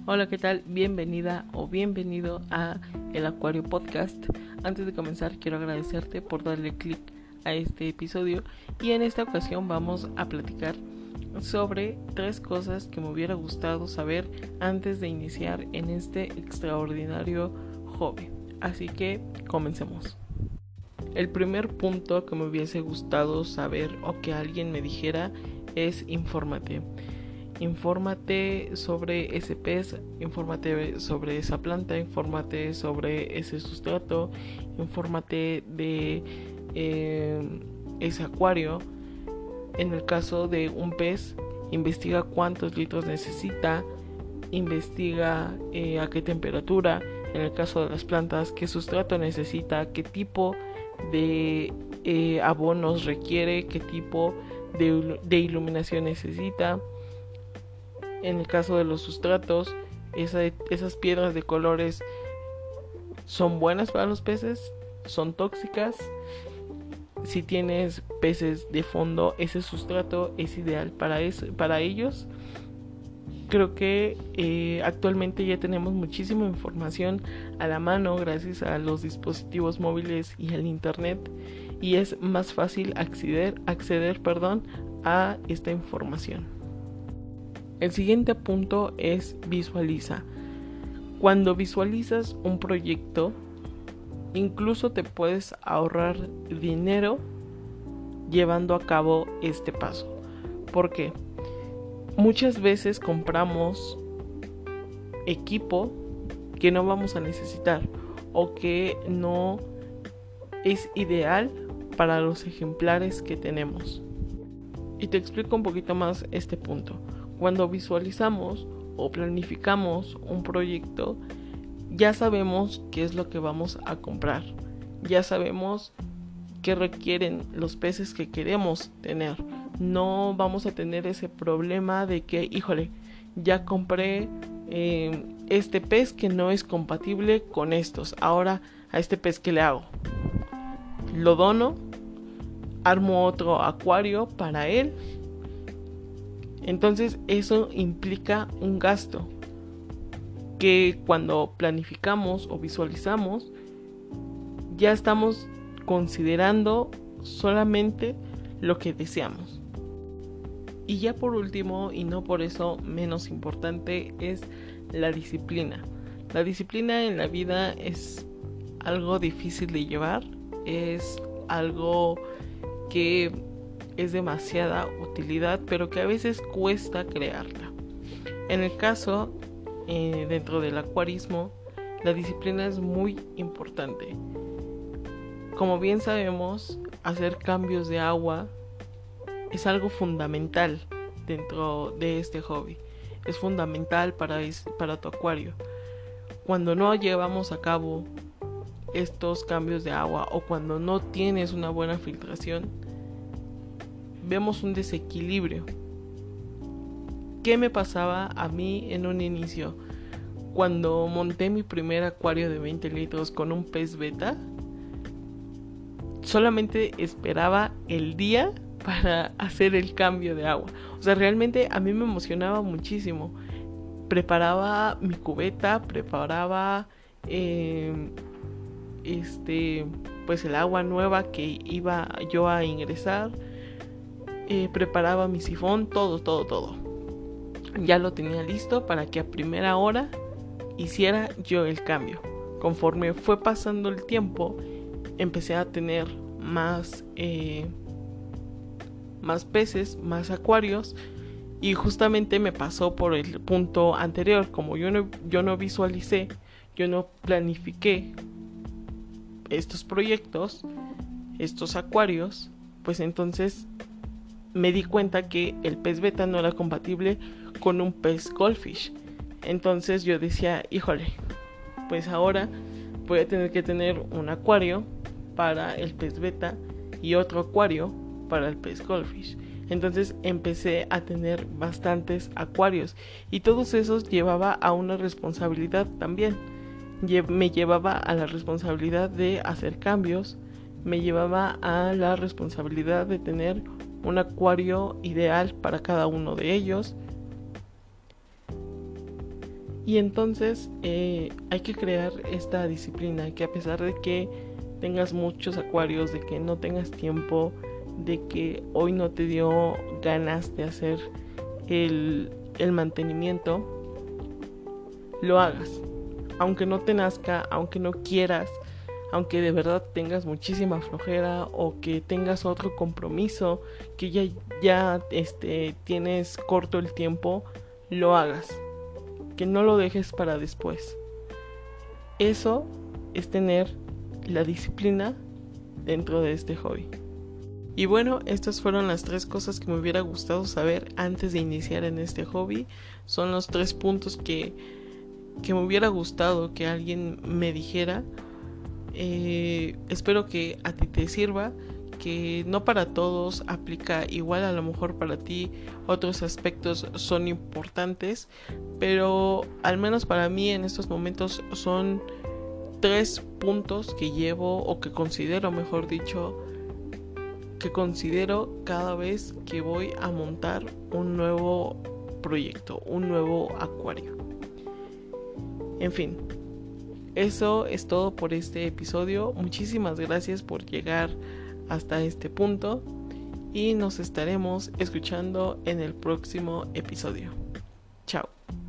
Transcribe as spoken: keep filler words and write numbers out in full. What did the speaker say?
Hola, ¿qué tal? Bienvenida o bienvenido a El Acuario Podcast. Antes de comenzar, quiero agradecerte por darle clic a este episodio y en esta ocasión vamos a platicar sobre tres cosas que me hubiera gustado saber antes de iniciar en este extraordinario hobby. Así que comencemos. El primer punto que me hubiese gustado saber o que alguien me dijera es infórmate. Infórmate sobre ese pez, infórmate sobre esa planta, infórmate sobre ese sustrato, infórmate de eh, ese acuario. En el caso de un pez, investiga cuántos litros necesita, investiga eh, a qué temperatura. En el caso de las plantas, qué sustrato necesita, qué tipo de eh, abonos requiere, qué tipo de, de iluminación necesita. En el caso de los sustratos, esa, esas piedras de colores son buenas para los peces, son tóxicas. Si tienes peces de fondo, ese sustrato es ideal para, eso, para ellos. Creo que eh, actualmente ya tenemos muchísima información a la mano gracias a los dispositivos móviles y al internet, y es más fácil acceder, acceder perdón, a esta información. El siguiente punto es visualiza. Cuando visualizas un proyecto, incluso te puedes ahorrar dinero llevando a cabo este paso. ¿Por qué? Muchas veces compramos equipo que no vamos a necesitar o que no es ideal para los ejemplares que tenemos. Y te explico un poquito más este punto. Cuando visualizamos o planificamos un proyecto, ya sabemos qué es lo que vamos a comprar. Ya sabemos qué requieren los peces que queremos tener. No vamos a tener ese problema de que, híjole, ya compré eh, este pez que no es compatible con estos. Ahora, a este pez, ¿qué le hago? Lo dono, armo otro acuario para él. Entonces eso implica un gasto que cuando planificamos o visualizamos ya estamos considerando solamente lo que deseamos. Y ya por último, y no por eso menos importante, es la disciplina. La disciplina en la vida es algo difícil de llevar, es algo que es demasiada utilidad, pero que a veces cuesta crearla. En el caso, eh, dentro del acuarismo, la disciplina es muy importante. Como bien sabemos, hacer cambios de agua es algo fundamental dentro de este hobby. Es fundamental para, es, para tu acuario. Cuando no llevamos a cabo estos cambios de agua o cuando no tienes una buena filtración, vemos un desequilibrio. ¿Qué me pasaba a mí en un inicio? Cuando monté mi primer acuario de veinte litros con un pez beta, solamente esperaba el día para hacer el cambio de agua. O sea, realmente a mí me emocionaba muchísimo. Preparaba mi cubeta, preparaba eh, este, pues el agua nueva que iba yo a ingresar. Eh, preparaba mi sifón, todo, todo, todo. Ya lo tenía listo para que a primera hora hiciera yo el cambio. Conforme fue pasando el tiempo, empecé a tener más, eh, más peces, más acuarios, y justamente me pasó por el punto anterior. Como yo no, yo no visualicé, yo no planifiqué estos proyectos, estos acuarios, pues entonces me di cuenta que el pez beta no era compatible con un pez goldfish. Entonces yo decía, híjole, pues ahora voy a tener que tener un acuario para el pez beta y otro acuario para el pez goldfish. Entonces empecé a tener bastantes acuarios y todos esos llevaba a una responsabilidad también. Me llevaba a la responsabilidad de hacer cambios, me llevaba a la responsabilidad de tener un acuario ideal para cada uno de ellos. Y entonces eh, hay que crear esta disciplina, que a pesar de que tengas muchos acuarios, de que no tengas tiempo, de que hoy no te dio ganas de hacer el, el mantenimiento, lo hagas. Aunque no te nazca, aunque no quieras, aunque de verdad tengas muchísima flojera o que tengas otro compromiso, que ya, ya este, tienes corto el tiempo, lo hagas. Que no lo dejes para después. Eso es tener la disciplina dentro de este hobby. Y bueno, estas fueron las tres cosas que me hubiera gustado saber antes de iniciar en este hobby. Son los tres puntos que, que me hubiera gustado que alguien me dijera. Eh, espero que a ti te sirva, que no para todos aplica igual, a lo mejor para ti otros aspectos son importantes, pero al menos para mí en estos momentos son tres puntos que llevo o que considero, mejor dicho, que considero cada vez que voy a montar un nuevo proyecto, un nuevo acuario. En fin, eso es todo por este episodio. Muchísimas gracias por llegar hasta este punto y nos estaremos escuchando en el próximo episodio. Chao.